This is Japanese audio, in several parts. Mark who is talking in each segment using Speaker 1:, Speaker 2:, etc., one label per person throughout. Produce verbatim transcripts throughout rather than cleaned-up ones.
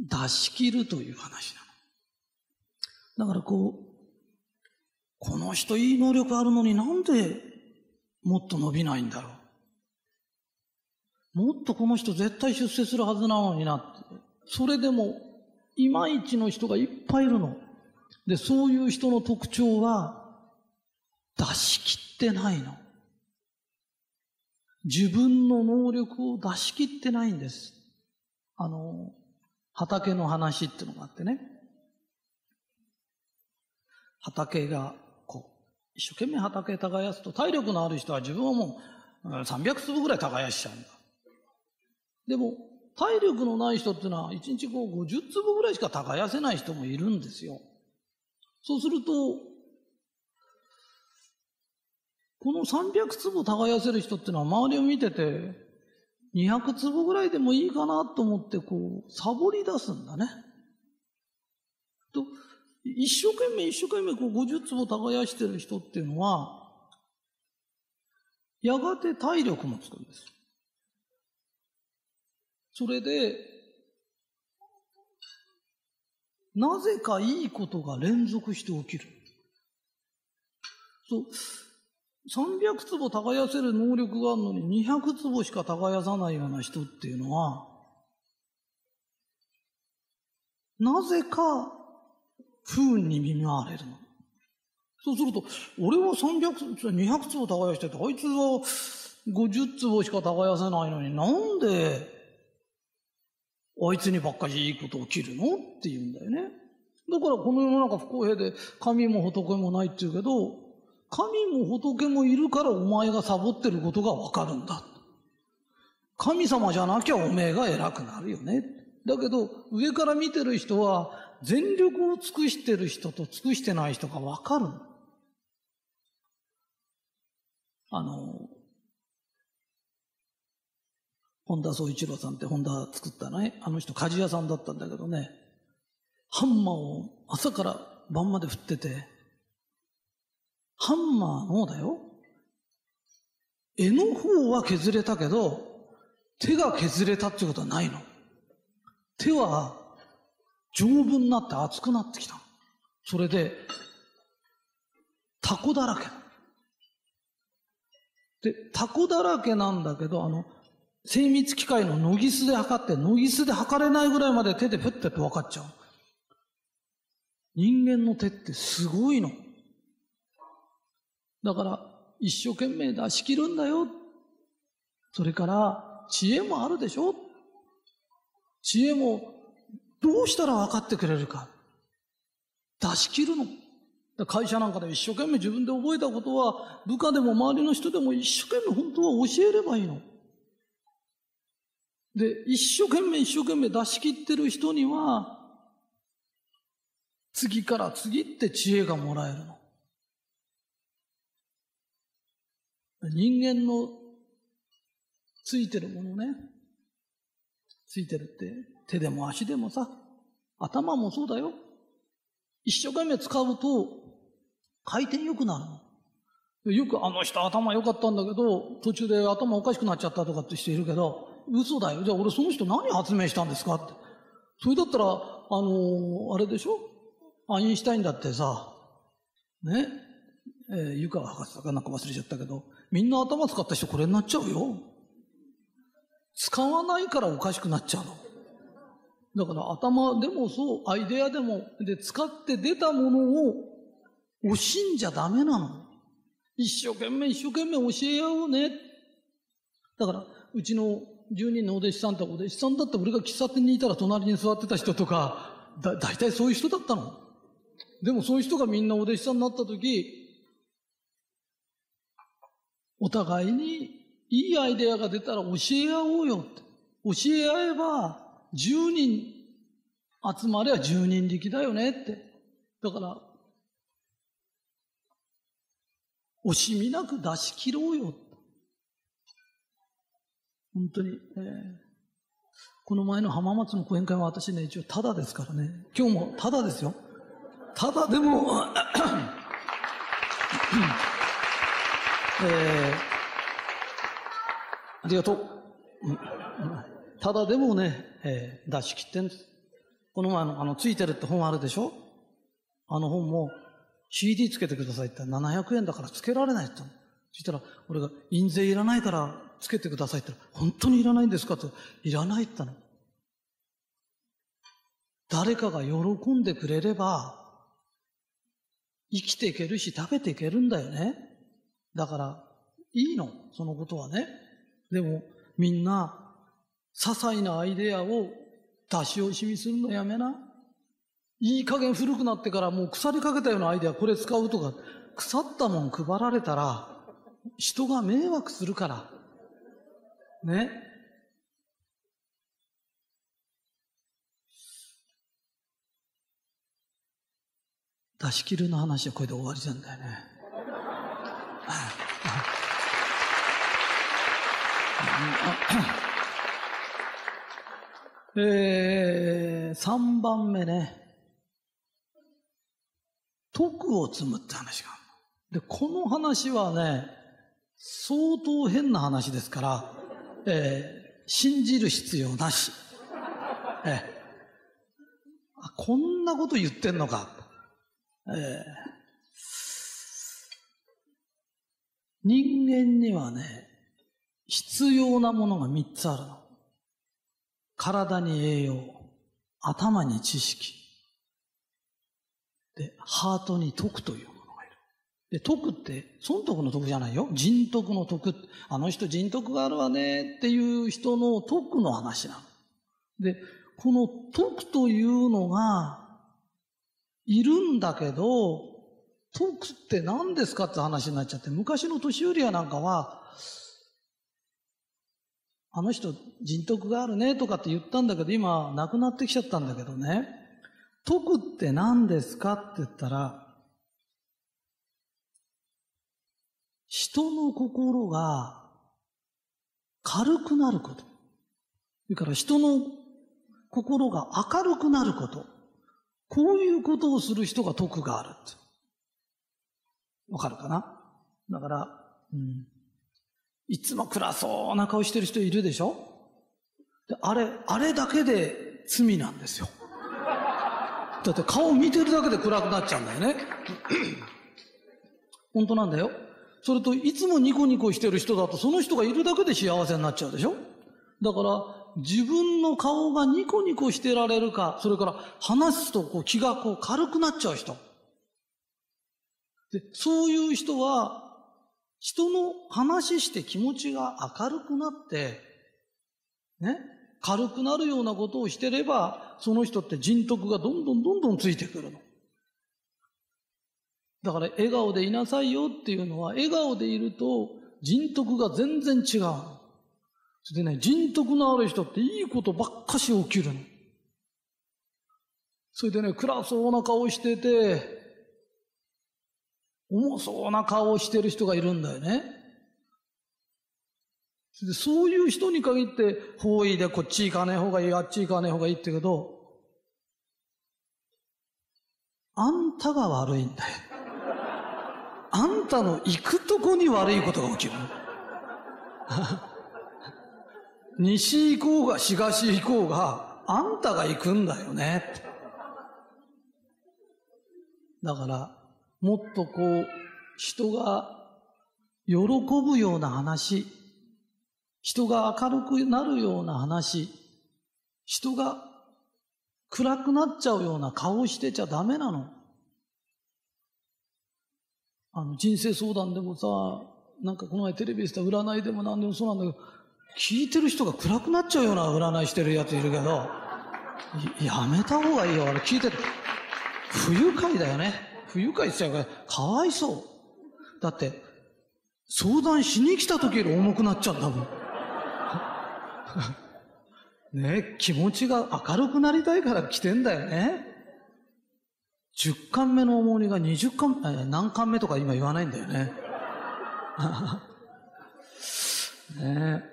Speaker 1: 出し切るという話なの。だからこう、この人いい能力あるのになんでもっと伸びないんだろう。もっとこの人絶対出世するはずなのになって。それでもいまいちの人がいっぱいいるの。で、そういう人の特徴は出し切ってないの。自分の能力を出し切ってないんです。あの、畑の話っていうのがあってね。畑が、こう、一生懸命畑耕すと、体力のある人は自分はもうさんびゃくつぶぐらい耕しちゃうんだ。でも、体力のない人っていうのは、いちにちこうごじゅっつぶぐらいしか耕せない人もいるんですよ。そうすると、このさんびゃくつぶ耕せる人っていうのは周りを見てて、にひゃくつぶぐらいでもいいかなと思ってこう、サボり出すんだね。と、一生懸命一生懸命こうごじゅっつぶ耕してる人っていうのは、やがて体力もつくんです。それで、なぜかいいことが連続して起きる。そう。さんびゃくつぼ耕せる能力があるのににひゃくつぼしか耕さないような人っていうのは、なぜか不運に見舞われるの。そうすると、俺はさんびゃくつぼ、にひゃくつぼ耕してて、あいつはごじゅっつぼしか耕せないのになんであいつにばっかりいいこと起きるのって言うんだよね。だからこの世の中不公平で神も仏もないって言うけど、神も仏もいるからお前がサボってることがわかるんだ。神様じゃなきゃおめえが偉くなるよね。だけど上から見てる人は全力を尽くしてる人と尽くしてない人がわかる。あの、本田宗一郎さんって本田作ったね、あの人鍛冶屋さんだったんだけどね、ハンマーを朝から晩まで振ってて、ハンマーのだよ、柄の方は削れたけど手が削れたっていうことはないの。手は丈夫になって熱くなってきた。それでタコだらけで、タコだらけなんだけど、あの精密機械のノギスで測って、ノギスで測れないぐらいまで手でペッてって分かっちゃう。人間の手ってすごいの。だから一生懸命出し切るんだよ。それから知恵もあるでしょ。知恵もどうしたら分かってくれるか。出し切るの。会社なんかで一生懸命自分で覚えたことは部下でも周りの人でも一生懸命本当は教えればいいの。で、一生懸命一生懸命出し切ってる人には次から次って知恵がもらえるの。人間のついてるものね、ついてるって手でも足でもさ、頭もそうだよ。一生懸命使うと回転良くなるの。よくあの人頭良かったんだけど途中で頭おかしくなっちゃったとかって人いるけど、嘘だよ。じゃあ俺その人何発明したんですかって。それだったらあのー、あれでしょ、アインシュタインだってさね、えー、湯川博士かなんか忘れちゃったけど、みんな頭使った人これになっちゃうよ。使わないからおかしくなっちゃうの。だから頭でもそう、アイデアでもで使って出たものを惜しんじゃダメなの。一生懸命一生懸命教え合うね。だからうちのじゅうにんのお弟子さんとお弟子さんだって俺が喫茶店にいたら隣に座ってた人とかだ大体そういう人だったの。でもそういう人がみんなお弟子さんになった時、お互いにいいアイデアが出たら教え合おうよって。教え合えばじゅうにん集まればじゅうにん力だよねって。だから惜しみなく出し切ろうよ。本当に、えー、この前の浜松の講演会は私ね、一応タダですからね。今日もタダですよ。タダでも、えー、ありがとう。ただでもね、えー、出し切ってんです。 この前のあの、ついてるって本あるでしょ？あの本も シーディー つけてくださいって言ったらななひゃくえんだからつけられないって言ったの。そしたら俺が印税いらないからつけてくださいって言ったら、本当にいらないんですかって、いらないって言ったの。誰かが喜んでくれれば生きていけるし食べていけるんだよね。だからいいの、そのことはね。でもみんな些細なアイデアを出し惜しみするのやめな。いい加減古くなってからもう腐りかけたようなアイデアこれ使うとか、腐ったもん配られたら人が迷惑するからね。出し切るの話はこれで終わりなんだよね。えー、さんばんめね、徳を積むって話がある。で、この話はね、相当変な話ですから、えー、信じる必要なし。えー、あ、こんなこと言ってんのか。えー、人間にはね、必要なものがみっつあるの。体に栄養、頭に知識、で、ハートに徳というものがいる。で、徳って、損得の徳じゃないよ。人徳の徳。あの人人徳があるわねっていう人の徳の話なの。で、この徳というのがいるんだけど、徳って何ですかって話になっちゃって、昔の年寄りやなんかは、あの人人徳があるねとかって言ったんだけど、今亡くなってきちゃったんだけどね、徳って何ですかって言ったら、人の心が軽くなること。それから人の心が明るくなること。こういうことをする人が徳があるって。わかるかな？だから、うん、いつも暗そうな顔してる人いるでしょ？で、あれ、あれだけで罪なんですよ。だって顔見てるだけで暗くなっちゃうんだよね。本当なんだよ。それといつもニコニコしてる人だとその人がいるだけで幸せになっちゃうでしょ。だから自分の顔がニコニコしてられるか、それから話すとこう気がこう軽くなっちゃう人で、そういう人は人の話して気持ちが明るくなってね、軽くなるようなことをしてれば、その人って人徳がどんどんどんどんついてくるの。だから笑顔でいなさいよっていうのは、笑顔でいると人徳が全然違うの。それでね、人徳のある人っていいことばっかし起きるの。それでね、暗そうな顔してて重そうな顔をしてる人がいるんだよね。で、そういう人に限って方位でこっち行かねえ方がいい、あっち行かねえ方がいいって言うけど、あんたが悪いんだよ。あんたの行くとこに悪いことが起きる。西行こうが東行こうがあんたが行くんだよねって。だからもっとこう人が喜ぶような話、人が明るくなるような話、人が暗くなっちゃうような顔をしてちゃダメなの。あの人生相談でもさ、なんかこの前テレビでした占いでも何でもそうなんだけど、聞いてる人が暗くなっちゃうような占いしてるやついるけど、やめた方がいいよ。あれ聞いてて不愉快だよね。不愉快しちゃうからかわいそう。だって相談しに来た時より重くなっちゃうんだもん。ね、気持ちが明るくなりたいから来てんだよね。じゅっかんめの重荷がにじゅっかん、え何巻目とか今言わないんだよね。ねえ。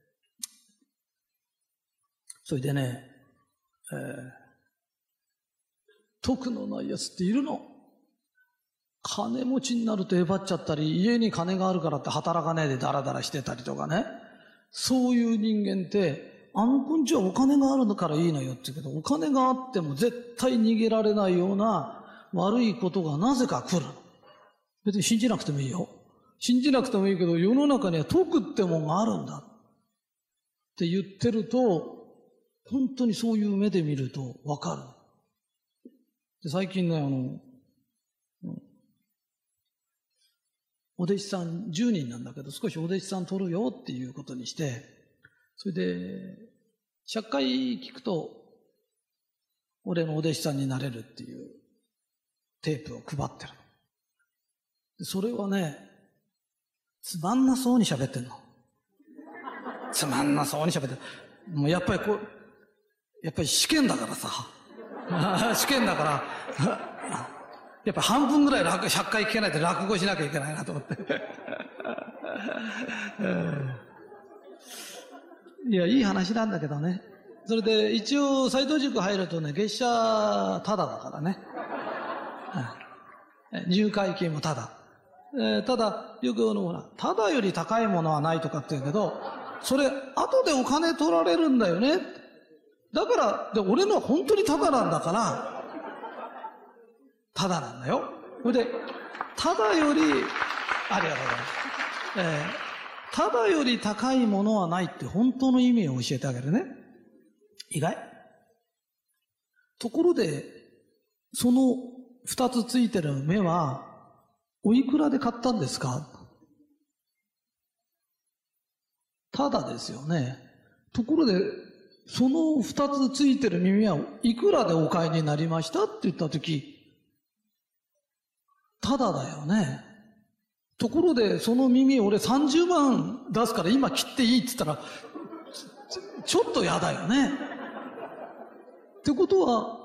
Speaker 1: それでね、えー、徳のないやつっているの。金持ちになるとえばっちゃったり、家に金があるからって働かねえでダラダラしてたりとかね。そういう人間ってあの子んちはお金があるからいいのよって言うけど、お金があっても絶対逃げられないような悪いことがなぜか来る。別に信じなくてもいいよ。信じなくてもいいけど、世の中には徳ってもんがあるんだって言ってると、本当にそういう目で見るとわかる。で最近ね、あの、お弟子さんじゅうにんなんだけど、少しお弟子さん取るよっていうことにして、それで、釈会聞くと、俺のお弟子さんになれるっていうテープを配ってるの。でそれはね、つまんなそうに喋ってんの。つまんなそうに喋ってる。もうやっぱりこう、やっぱり試験だからさ。試験だから、やっぱ半分ぐらい落ひゃっかい聞けないと落語しなきゃいけないなと思って。いや、いい話なんだけどね。それで一応斎藤塾入るとね、月謝タダだからね。入会金もタダ。えー、ただ、よくあの、ほら、タダより高いものはないとかって言うけど、それ、後でお金取られるんだよね。だから、で、俺のは本当にタダなんだから、タダなんだよ。それで、タダより、ありがとうございます。えーただより高いものはないって本当の意味を教えてあげるね。意外？ところで、その二つついてる目は、おいくらで買ったんですか？ただですよね。ところで、その二つついてる耳はいくらでお買いになりましたって言ったとき、ただだよね。ところで、その耳俺さんじゅうまん出すから今切っていいって言ったら、ちょっと嫌だよね。ってことは、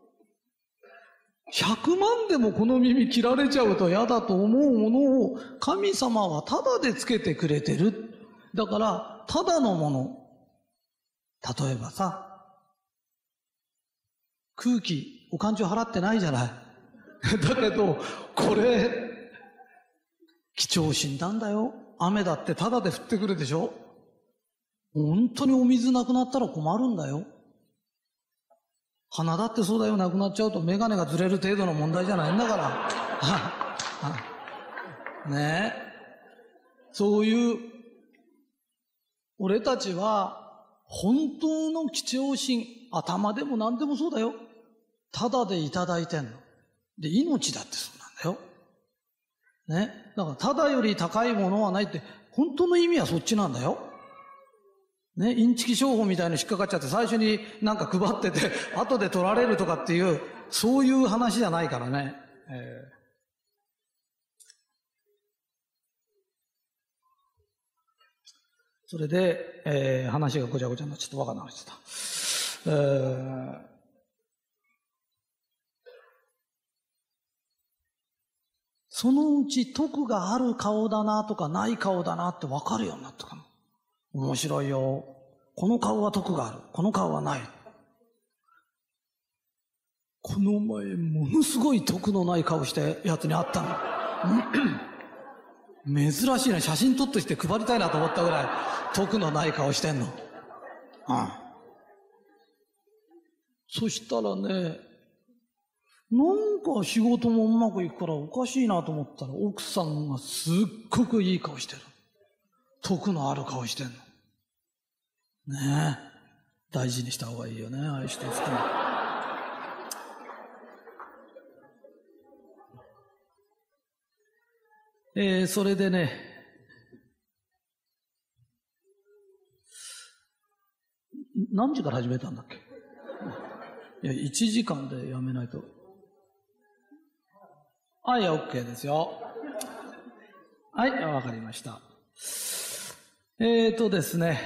Speaker 1: ひゃくまんでもこの耳切られちゃうと嫌だと思うものを神様はタダでつけてくれてる。だから、タダのもの。例えばさ、空気、お勘定払ってないじゃない。だけど、これ、貴重品なんだよ。雨だってタダで降ってくるでしょ。本当にお水なくなったら困るんだよ。鼻だってそうだよ。なくなっちゃうとメガネがずれる程度の問題じゃないんだから。ねえ。そういう、俺たちは本当の貴重品、頭でも何でもそうだよ。タダでいただいてんの。で、命だってそうなんだよ。ね。だから、ただより高いものはないって、本当の意味はそっちなんだよ。ね。インチキ商法みたいに引っかかっちゃって、最初になんか配ってて、後で取られるとかっていう、そういう話じゃないからね。えー、それで、えー、話がごちゃごちゃになっちゃってわかんなくなっちゃった。えーそのうち徳がある顔だなとかない顔だなって分かるようになったかな。面白いよ。この顔は徳がある。この顔はない。この前ものすごい徳のない顔してやつに会ったの。珍しいね。写真撮ってきて配りたいなと思ったぐらい徳のない顔してんの。うん。そしたらね、なんか仕事もうまくいくからおかしいなと思ったら奥さんがすっごくいい顔してる。徳のある顔してんの。ねえ。大事にした方がいいよね、ああいう人つっても。えー、それでね、何時から始めたんだっけ？いや、いちじかんでやめないと。はい、OK ですよ。はい、わかりました。えーとですね、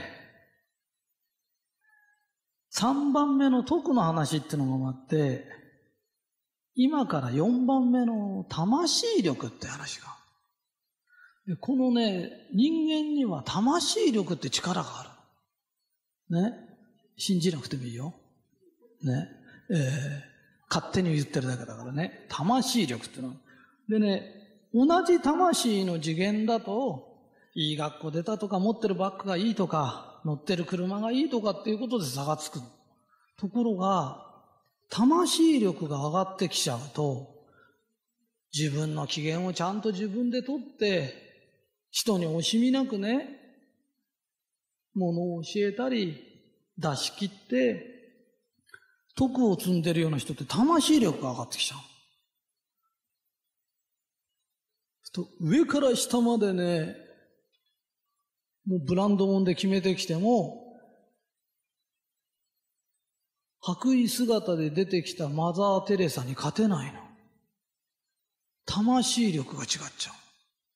Speaker 1: さんばんめの徳の話っていうのがあって、今からよんばんめの魂力って話が。でこのね、人間には魂力って力がある。ね。信じなくてもいいよ。ね。えー、勝手に言ってるだけだからね。魂力っていうのは。でね、同じ魂の次元だと、いい学校出たとか持ってるバッグがいいとか、 乗ってる車がいいとかっていうことで差がつくの。ところが、魂力が上がってきちゃうと、自分の機嫌をちゃんと自分で取って、人に惜しみなくね、ものを教えたり、出し切って、徳を積んでるような人って魂力が上がってきちゃう。と上から下までね、もうブランド物で決めてきても、白衣姿で出てきたマザー・テレサに勝てないの。魂力が違っちゃう。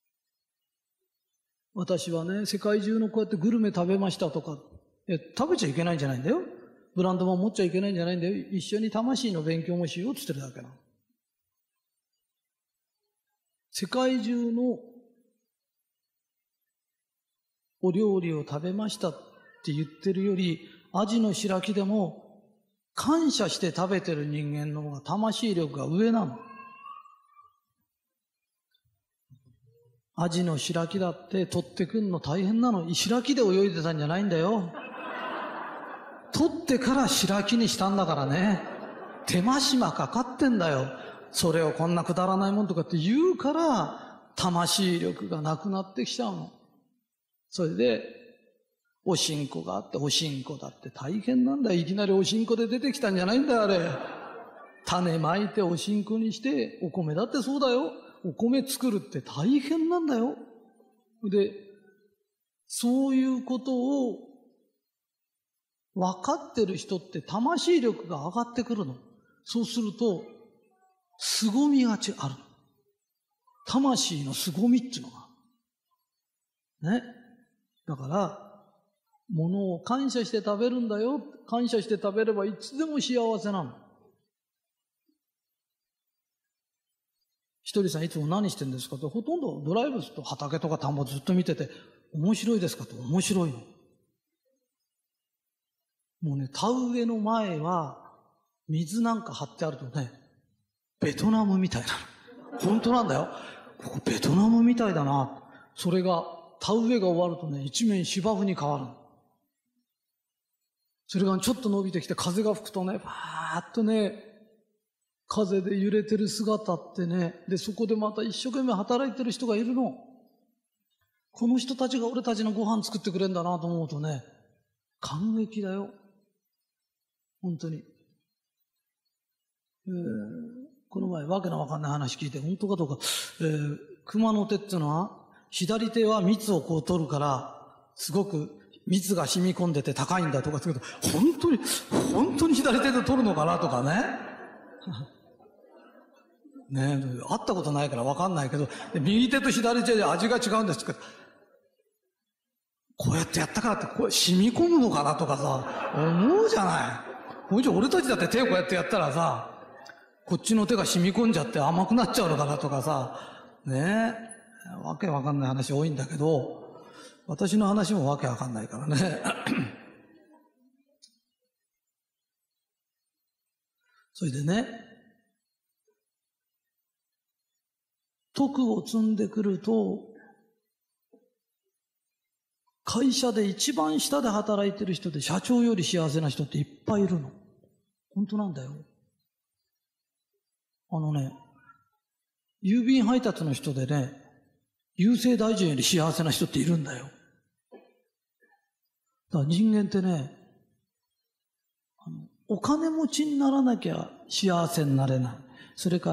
Speaker 1: 私はね、世界中のこうやってグルメ食べましたとか、いや食べちゃいけないんじゃないんだよ。ブランドも持っちゃいけないんじゃないんだよ。一緒に魂の勉強もしようって言ってるだけなの。世界中のお料理を食べましたって言ってるより、アジの白木でも感謝して食べてる人間の方が魂力が上なの。アジの白木だって取ってくんの大変なの。白木で泳いでたんじゃないんだよ。取ってから白木にしたんだからね。手間暇かかってんだよ。それをこんなくだらないもんとかって言うから、魂力がなくなってきちゃうの。それで、おしんこがあって、おしんこだって大変なんだよ。いきなりおしんこで出てきたんじゃないんだよ、あれ。種まいておしんこにして、お米だってそうだよ。お米作るって大変なんだよ。で、そういうことを分かってる人って魂力が上がってくるの。そうすると、凄みがある。魂の凄みっていうのが。ね。だから、物を感謝して食べるんだよ。感謝して食べればいつでも幸せなの。ひとりさんいつも何してんですかって、ほとんどドライブと畑とか田んぼずっと見てて、面白いですかって面白いの。もうね、田植えの前は、水なんか張ってあるとね、ベトナムみたいなの。本当なんだよ。ここベトナムみたいだな。それが、田植えが終わるとね、一面芝生に変わるの。それがちょっと伸びてきて風が吹くとね、バーッとね、風で揺れてる姿ってね、で、そこでまた一生懸命働いてる人がいるの。この人たちが俺たちのご飯作ってくれるんだなと思うとね、感激だよ。本当に。えー、この前わけのわかんない話聞いて、本当かどうか、えー、熊の手っていうのは、左手は蜜をこう取るから、すごく蜜が染み込んでて高いんだとかって言うと、本当に、本当に左手で取るのかなとかね。ねえ、会ったことないからわかんないけど、右手と左手で味が違うんですけど、こうやってやったからって、こう染み込むのかなとかさ、思うじゃない。もちろん俺たちだって手をこうやってやったらさ、こっちの手が染み込んじゃって甘くなっちゃうのかなとかさ、ねえ、わけわかんない話多いんだけど、私の話もわけわかんないからね。それでね、徳を積んでくると、会社で一番下で働いてる人で社長より幸せな人っていっぱいいるの。本当なんだよ。あのね、郵便配達の人でね、郵政大臣より幸せな人っているんだよ。だから人間ってね、あのお金持ちにならなきゃ幸せになれない。それから、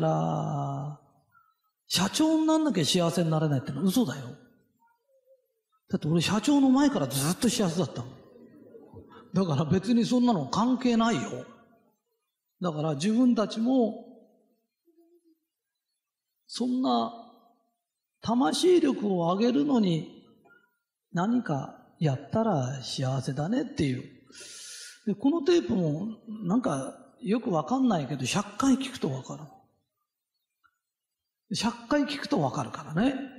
Speaker 1: 社長になんなきゃ幸せになれないってのは嘘だよ。だって俺社長の前からずっと幸せだったの。だから別にそんなの関係ないよ。だから自分たちも、そんな魂力を上げるのに何かやったら幸せだねっていう。で、このテープもなんかよくわかんないけどひゃっかい聞くとわかる。ひゃっかい聞くとわかるからね。